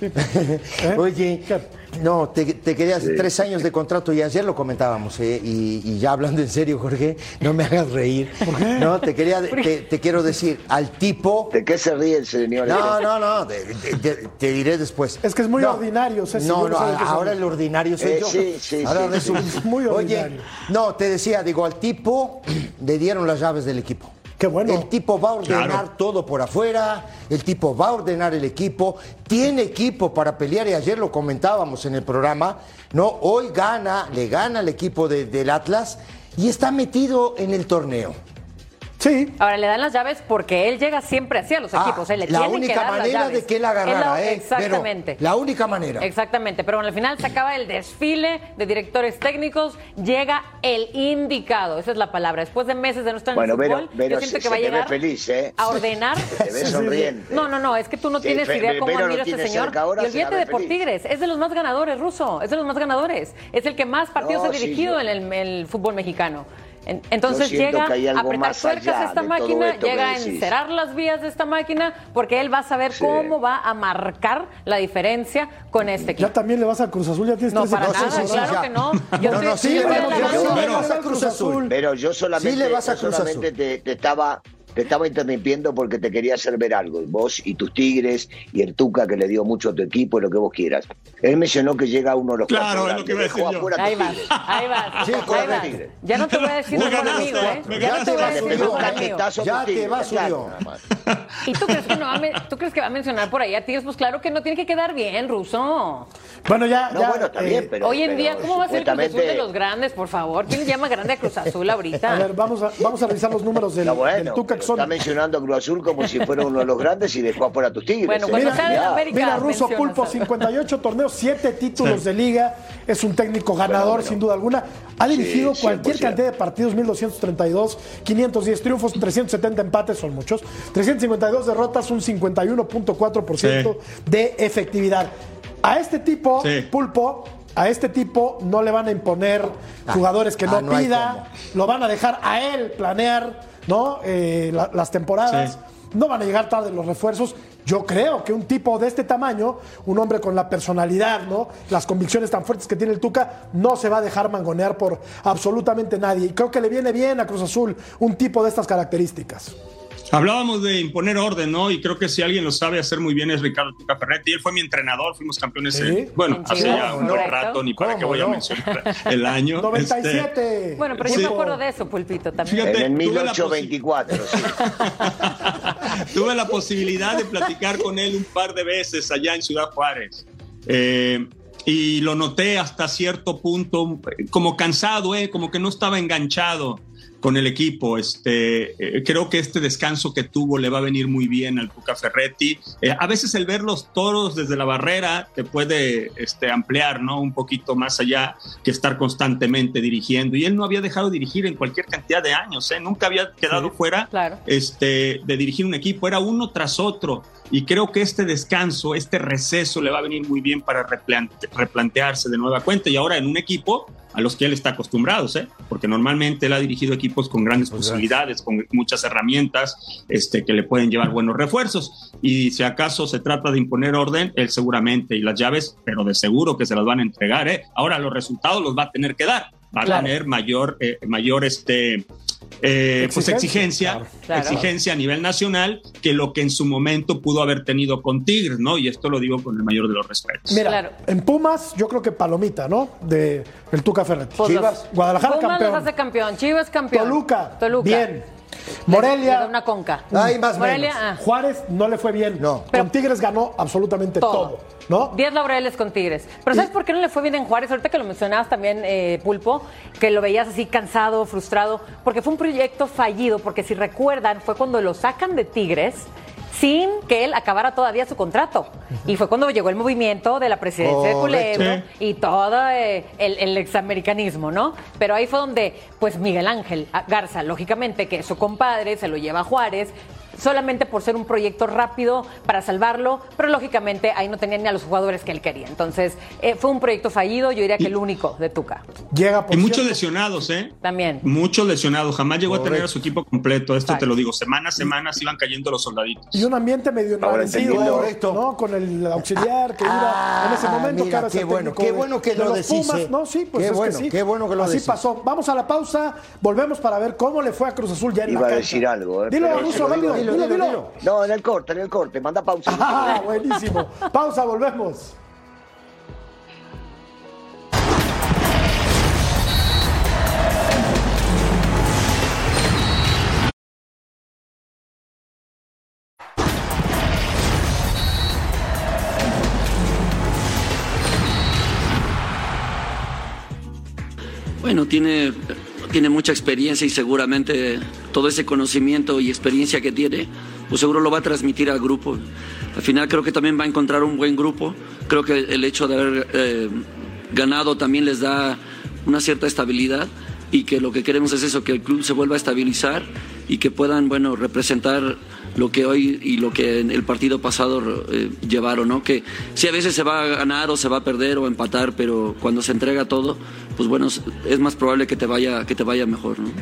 Oye, no, te querías 3 años de contrato y ayer lo comentábamos, y ya hablando en serio, Jorge, no me hagas reír. ¿Por qué? No, te quiero decir, al tipo... ¿De qué se ríe el señor? No, te diré después. Es que es muy ordinario. Ahora el ordinario soy yo. Sí. Ahora es muy ordinario. Oye, te decía, al tipo le dieron las llaves del equipo. Qué bueno. El tipo va a ordenar todo por afuera, el tipo va a ordenar el equipo, tiene equipo para pelear y ayer lo comentábamos en el programa, ¿no? Hoy le gana al equipo del Atlas y está metido en el torneo. Sí. Ahora le dan las llaves porque él llega siempre así a los equipos. Él le la tienen única que dar manera las llaves. de que él agarrara, Exactamente. Pero la única manera. Exactamente. Pero bueno, al final se acaba el desfile de directores técnicos. Llega el indicado. Esa es la palabra. Después de meses de no estar en el fútbol, yo siento que va a llegar a ordenar. Te ves sonriente. No. Es que tú no tienes idea cómo admiro a este señor. Y olvídate de por Tigres. Es de los más ganadores, Ruso. Es de los más ganadores. Es el que más partidos ha dirigido en el fútbol mexicano. Entonces llega a apretar tuercas a esta máquina, llega a encerar las vías de esta máquina, porque él va a saber cómo va a marcar la diferencia con este equipo. ¿Ya también le vas a Cruz Azul? ¿Ya tienes 13 para nada, claro que no. Yo le vas a Cruz Azul. Pero yo solamente te estaba interrumpiendo porque te quería hacer ver algo. Vos y tus Tigres y el Tuca que le dio mucho a tu equipo y lo que vos quieras. Él mencionó que llega uno de los Claro, es lo que iba a decir yo. Ahí vas. Sí, ahí vas. Ya no te voy a decir mejor amigo, ¿eh? Ya te vas, Julio. ¿Y tú crees que va a mencionar por ahí a Tigres? Pues claro que no tiene que quedar bien, Ruso. Bueno, ya. Bueno, está bien, pero... Hoy en día, ¿cómo va a ser Cruz Azul de los grandes, por favor? ¿Quién le llama grande a Cruz Azul ahorita? A ver, vamos a revisar los números del Tuca. Está mencionando a Cruz Azul como si fuera uno de los grandes y dejó afuera a tus Tigres. Bueno, cuando sea de América, mira, Ruso Pulpo, 58 torneos, 7 títulos de liga. Es un técnico ganador, sin duda alguna. Ha dirigido cualquier cantidad de partidos, 1,232, 510 triunfos, 370 empates, son muchos, 352 derrotas, un 51.4% de efectividad. A este tipo, Pulpo, no le van a imponer jugadores que no pida, lo van a dejar a él planear, ¿no? Las temporadas. No van a llegar tarde los refuerzos. Yo creo que un tipo de este tamaño, un hombre con la personalidad, ¿no? Las convicciones tan fuertes que tiene el Tuca, no se va a dejar mangonear por absolutamente nadie. Y creo que le viene bien a Cruz Azul un tipo de estas características. Hablábamos de imponer orden, ¿no? Y creo que si alguien lo sabe hacer muy bien es Ricardo Tuca Ferretti. Él fue mi entrenador, fuimos campeones hace ya un rato, ni para qué voy a mencionar el año. 97. Bueno, pero yo me acuerdo de eso, Pulpito, también. Fíjate, en el 1824. Tuve la posibilidad de platicar con él un par de veces allá en Ciudad Juárez. y lo noté hasta cierto punto como cansado, como que no estaba enganchado con el equipo. Creo que este descanso que tuvo le va a venir muy bien al Tuca Ferretti. A veces el ver los toros desde la barrera te puede ampliar, ¿no? Un poquito más allá que estar constantemente dirigiendo. Y él no había dejado de dirigir en cualquier cantidad de años, nunca había quedado fuera de dirigir un equipo, era uno tras otro. Y creo que este descanso, este receso le va a venir muy bien para replantearse de nueva cuenta, y ahora en un equipo a los que él está acostumbrado, porque normalmente él ha dirigido equipos con grandes posibilidades, con muchas herramientas que le pueden llevar buenos refuerzos, y si acaso se trata de imponer orden, él seguramente, y las llaves, pero de seguro que se las van a entregar. Ahora los resultados los va a tener que dar, va a tener mayor exigencia a nivel nacional que lo que en su momento pudo haber tenido con Tigres, ¿no? Y esto lo digo con el mayor de los respetos. Mira, en Pumas yo creo que palomita, ¿no? De el Tuca Ferretti. Chivas, Guadalajara Pumas campeón. los hace campeón, Chivas campeón. Toluca. Bien. Morelia. De una conca. Hay más Morelia, menos. Juárez no le fue bien. No. Con Tigres ganó absolutamente todo, ¿no? 10 laureles con Tigres. Pero ¿sabes por qué no le fue bien en Juárez? Ahorita que lo mencionabas también, Pulpo, que lo veías así cansado, frustrado, porque fue un proyecto fallido, porque si recuerdan, fue cuando lo sacan de Tigres sin que él acabara todavía su contrato. Y fue cuando llegó el movimiento de la presidencia de Culebro y todo el examericanismo, ¿no? Pero ahí fue donde, pues, Miguel Ángel Garza, lógicamente, que es su compadre, se lo lleva a Juárez, solamente por ser un proyecto rápido para salvarlo, pero lógicamente ahí no tenía ni a los jugadores que él quería. Entonces, fue un proyecto fallido, yo diría que el único de Tuca. Y muchos lesionados, También. Muchos lesionados, jamás llegó a tener a su equipo completo, esto te lo digo, semana a semana se iban cayendo los soldaditos. Y un ambiente medio enrarecido, ¿no? Con el auxiliar que iba en ese momento. Mira, qué bueno que lo decís. Pumas, ¿no? Sí, pues qué bueno que lo así decís. Pasó. Vamos a la pausa, volvemos para ver cómo le fue a Cruz Azul ya en la cancha. Iba a decir algo. Dilo, Russo, rápido. Dilo. No, en el corte, manda pausa. Ah, buenísimo. Pausa, volvemos. Bueno, tiene mucha experiencia y seguramente todo ese conocimiento y experiencia que tiene, pues seguro lo va a transmitir al grupo. Al final creo que también va a encontrar un buen grupo. Creo que el hecho de haber ganado también les da una cierta estabilidad, y que lo que queremos es eso, que el club se vuelva a estabilizar y que puedan, representar lo que hoy y lo que en el partido pasado llevaron, ¿no? Que sí, a veces se va a ganar o se va a perder o empatar, pero cuando se entrega todo, pues bueno, es más probable que te vaya mejor, ¿no?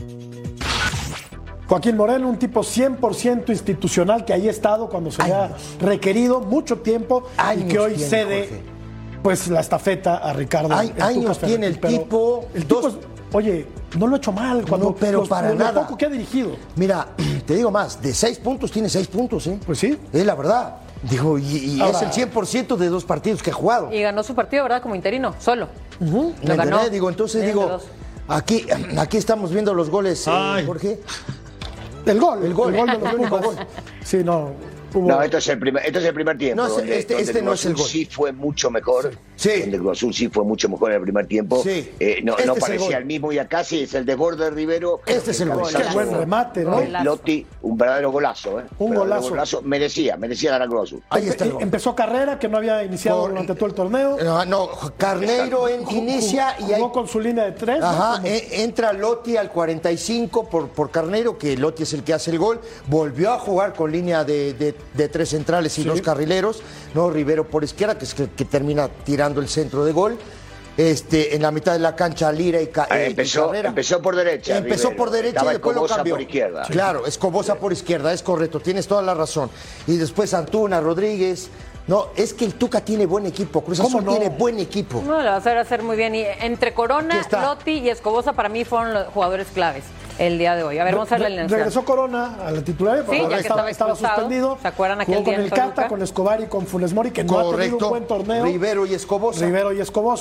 Joaquín Moreno, un tipo 100% institucional que ahí ha estado cuando se le ha requerido mucho tiempo y que hoy cede pues la estafeta a Ricardo. Años tiene el tipo. El tipo oye, no lo ha hecho mal cuando para nada. Lo poco que ha dirigido. Mira, te digo más, de 6 puntos tiene 6 puntos, ¿eh? Pues sí. Es la verdad. Digo, y ahora, es el 100% de 2 partidos que ha jugado. Y ganó su partido, ¿verdad? Como interino, solo. Lo ganó. Digo, entonces aquí estamos viendo los goles, Jorge. El gol de los Pumas. Sí, no. No, esto es el primer tiempo. No, este no es el gol. Sí fue mucho mejor. Sí. Donde Cruz Azul sí fue mucho mejor en el primer tiempo. Sí. No parecía el mismo, y acá sí es el desborde de Rivero. Este es el gol. Qué buen remate, ¿no? Lotti, un verdadero golazo, ¿eh? Un golazo. Merecía ganar Cruz Azul. Ahí está el gol. Empezó Carrera, que no había iniciado durante todo el torneo. Carneiro inicia y jugó con su línea de 3. Ajá, entra Lotti al 45 por Carneiro, que Lotti es el que hace el gol. Volvió a jugar con línea de 3 centrales y 2 carrileros, ¿no? Rivero por izquierda, que es que termina tirando el centro de gol. En la mitad de la cancha, Lira y Carrera. Empezó por derecha. Empezó por derecha y después lo cambió. Por izquierda. Claro, Escobosa por izquierda, es correcto, tienes toda la razón. Y después Antuna, Rodríguez. No, es que el Tuca tiene buen equipo. Cruz Azul tiene buen equipo. No, lo va a hacer muy bien. Y entre Corona, Lotti y Escobosa, para mí fueron los jugadores claves el día de hoy. A ver, vamos a ver la alineación. Regresó Corona a la titularidad, porque estaba suspendido. ¿Se acuerdan aquel jugó día con el Cata, con Escobar y con Funes Mori, que no ha tenido un buen torneo. Rivero y Escobosa.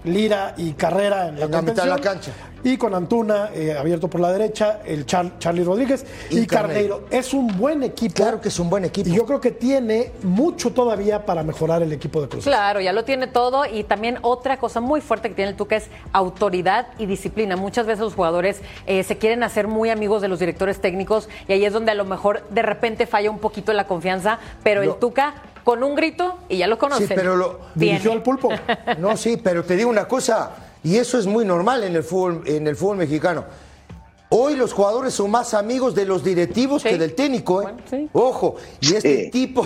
Lira y Carrera en la mitad de la cancha. Y con Antuna abierto por la derecha, el Charly Rodríguez y Carneiro. Es un buen equipo. Claro que es un buen equipo. Y yo creo que tiene mucho todavía para mejorar el equipo de Cruz Azul. Claro, ya lo tiene todo. Y también otra cosa muy fuerte que tiene el Tuca es autoridad y disciplina. Muchas veces los jugadores se quieren hacer muy amigos de los directores técnicos y ahí es donde a lo mejor de repente falla un poquito la confianza, pero el Tuca con un grito y ya lo conocen. Sí, pero dirigió al Pulpo. No, sí, pero te digo una cosa, y eso es muy normal en el fútbol mexicano. Hoy los jugadores son más amigos de los directivos que del técnico, ¿eh? Bueno, sí. Ojo, y este tipo,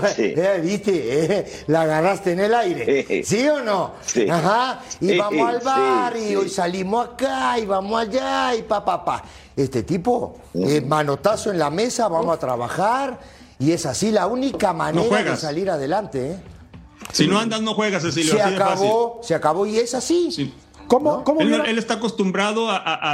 viste, la agarraste en el aire, ¿sí o no? Sí. Ajá, y vamos al bar, sí, y hoy salimos acá, y vamos allá, y pa. Este tipo, manotazo en la mesa, vamos a trabajar, y es así la única manera de salir adelante, ¿eh? Si no andas, no juegas, Cecilio. Se acabó, y es así. Sí. ¿Cómo él está acostumbrado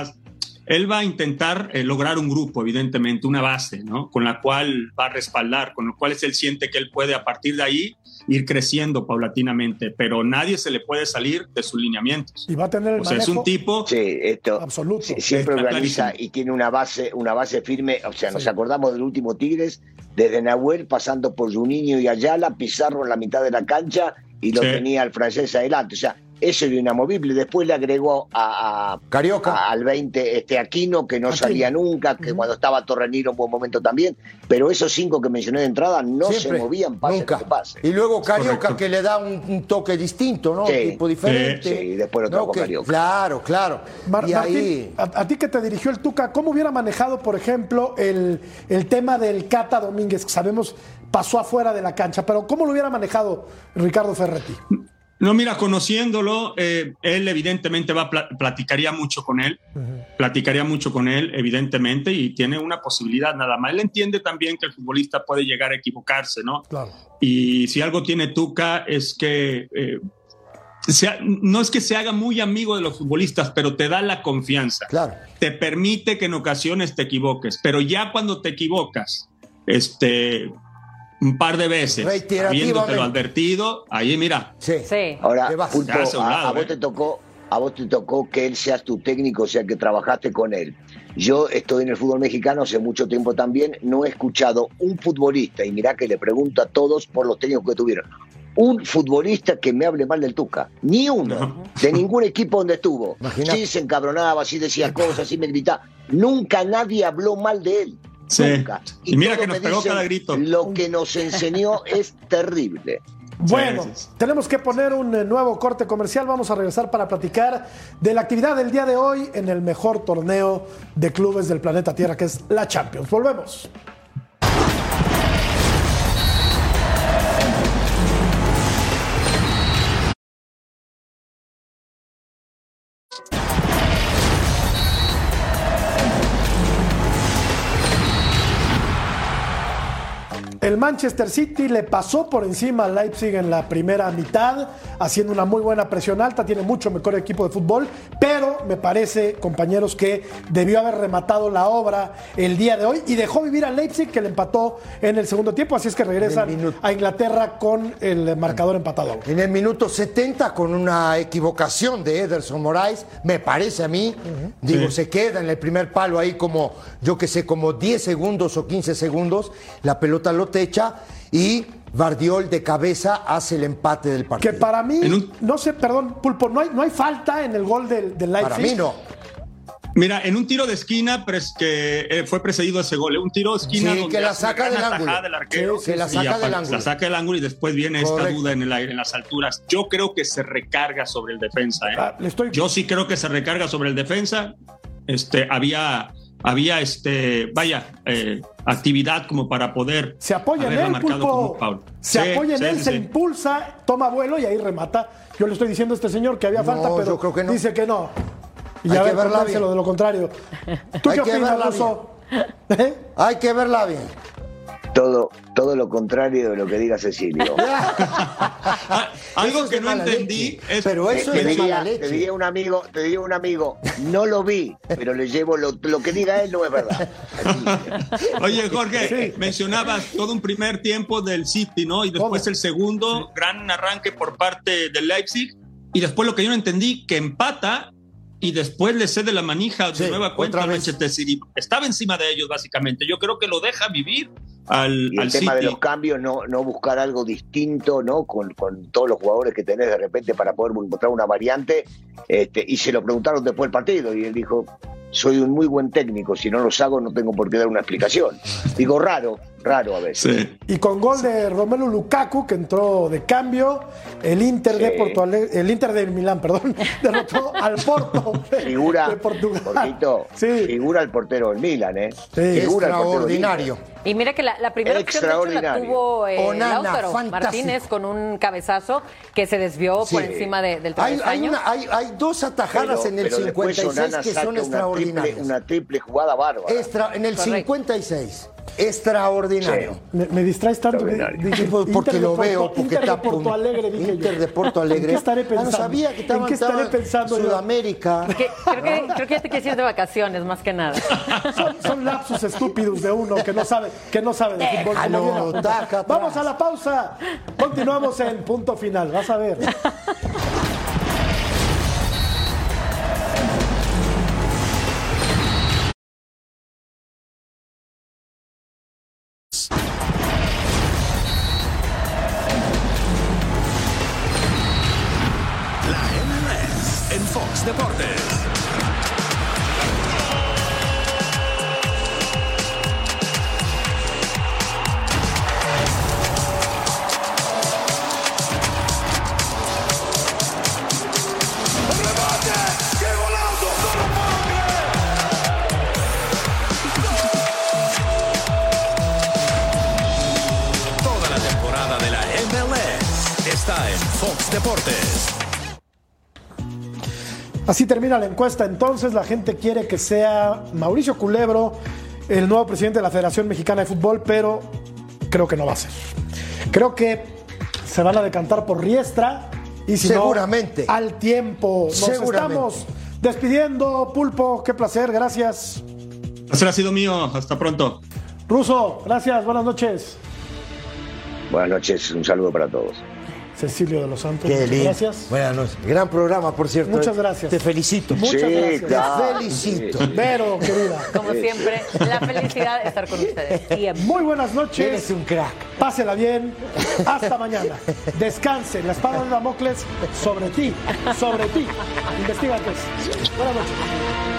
él va a intentar lograr un grupo, evidentemente, una base, ¿no? Con la cual va a respaldar, con lo cual él siente que él puede a partir de ahí ir creciendo paulatinamente, pero nadie se le puede salir de sus lineamientos. Y va a tener el manejo. Es un tipo absoluto. Siempre organiza y tiene una base firme. O sea, nos acordamos del último Tigres, desde Nahuel, pasando por Juninho y Ayala, Pizarro en la mitad de la cancha y lo tenía el francés adelante. O sea, eso era inamovible. Después le agregó a Carioca, al 20 Aquino, que no salía nunca, que cuando estaba Torreniro en buen momento también, pero esos 5 que mencioné de entrada no siempre, se movían nunca. Y luego Carioca, que le da un toque distinto, ¿no? Sí, un tipo diferente. Sí, después lo trajo Carioca. Claro. Y Martín, a ti que te dirigió el Tuca, ¿cómo hubiera manejado, por ejemplo, el tema del Cata Domínguez, que sabemos pasó afuera de la cancha, pero cómo lo hubiera manejado Ricardo Ferretti? No, mira, conociéndolo, él evidentemente platicaría mucho con él, evidentemente, y tiene una posibilidad nada más. Él entiende también que el futbolista puede llegar a equivocarse, ¿no? Claro. Y si algo tiene Tuca es que no es que se haga muy amigo de los futbolistas, pero te da la confianza. Claro. Te permite que en ocasiones te equivoques, pero ya cuando te equivocas, un par de veces, habiéndotelo advertido, ahí mira. Sí. Ahora, Pulpo, a vos te tocó que él seas tu técnico, o sea, que trabajaste con él. Yo estoy en el fútbol mexicano hace mucho tiempo también, no he escuchado un futbolista, y mirá que le pregunto a todos por los técnicos que tuvieron, un futbolista que me hable mal del Tuca, ni uno, de ningún equipo donde estuvo. Imagínate. Sí se encabronaba, sí decía cosas, sí me gritaba, nunca nadie habló mal de él. Sí. Nunca. Y mira que nos pegó cada grito. Lo que nos enseñó es terrible. Bueno, tenemos que poner un nuevo corte comercial. Vamos a regresar para platicar de la actividad del día de hoy en el mejor torneo de clubes del planeta Tierra, que es la Champions. Volvemos. El Manchester City le pasó por encima al Leipzig en la primera mitad, haciendo una muy buena presión alta, tiene mucho mejor equipo de fútbol, pero me parece, compañeros, que debió haber rematado la obra el día de hoy y dejó vivir al Leipzig, que le empató en el segundo tiempo, así es que regresan a Inglaterra con el marcador empatado. En el minuto 70, con una equivocación de Ederson Moraes, me parece a mí, se queda en el primer palo ahí como, yo que sé, como 10 segundos o 15 segundos, la pelota lo techa y Vardiol de cabeza hace el empate del partido. Que para mí, no sé, perdón, Pulpo, no hay falta en el gol del Leipzig. Para mí no. Mira, en un tiro de esquina que fue precedido ese gol, un tiro de esquina donde que la saca del ángulo. Del arquero, que la saca del ángulo. La saca del ángulo y después viene esta duda en las alturas. Yo creo que se recarga sobre el defensa. Yo sí creo que se recarga sobre el defensa. Había actividad como para poder se apoya en él, Pulpo. Se apoya en él, se impulsa, toma vuelo y ahí remata. Yo le estoy diciendo a este señor que había falta, pero yo creo que no. Dice que no. Y ya ver, convéncelo de lo contrario. ¿Tú qué opinas, Russo? Hay que verla bien. Todo lo contrario de lo que diga Cecilio. Algo que no entendí es... Pero eso es de mala leche. Te diría un amigo, no lo vi, pero le llevo lo que diga él no es verdad. Oye, Jorge, mencionabas todo un primer tiempo del City, ¿no? Y después el segundo, gran arranque por parte del Leipzig. y después lo que yo no entendí, que empata y después le cede la manija de nueva cuenta al Manchester City. Estaba encima de ellos, básicamente. Yo creo que lo deja vivir al City. Y el tema de los cambios, no buscar algo distinto, ¿no? Con todos los jugadores que tenés de repente para poder encontrar una variante. Y se lo preguntaron después del partido y él dijo, soy un muy buen técnico, si no los hago no tengo por qué dar una explicación. Digo, raro a veces. Sí. Y con gol de Romelu Lukaku, que entró de cambio, el Inter de Milán, derrotó al Porto de Portugal. Portito, figura el portero del Milan, figura extraordinario. Y mira que la primera opción de hecho, la tuvo Lautaro Martínez con un cabezazo que se desvió por encima del travesaño. Hay dos atajadas en el 56 que son extraordinarias. Una triple jugada bárbara. En el 56. Extraordinario. Sí. Me distraes tanto porque lo veo, porque Inter de Porto Alegre, dije Inter de Porto Alegre. ¿En qué estaré pensando? No sabía que estaba pensando en Sudamérica. Creo que ya te quieres ir de vacaciones, más que nada. Son lapsus estúpidos de uno que no sabe de fútbol. Vamos a la pausa. Continuamos en Punto Final. Vas a ver. Deportes. Toda la temporada de la MLS está en Fox Deportes. Así termina la encuesta. Entonces la gente quiere que sea Mauricio Culebro el nuevo presidente de la Federación Mexicana de Fútbol, pero creo que no va a ser. Creo que se van a decantar por Riestra y si seguramente no, al tiempo. Nos estamos despidiendo. Pulpo, qué placer, gracias. El placer ha sido mío, hasta pronto. Ruso, gracias, buenas noches. Buenas noches, un saludo para todos. Cecilio de los Santos, muchas gracias. Buenas noches. Gran programa, por cierto. Muchas gracias. Te felicito. Muchas gracias. Claro. Te felicito. Vero, querida. Como siempre, la felicidad de estar con ustedes. Muy buenas noches. Eres un crack. Pásela bien. Hasta mañana. Descanse. La espada de Damocles sobre ti. Sobre ti. Investígate. Buenas noches.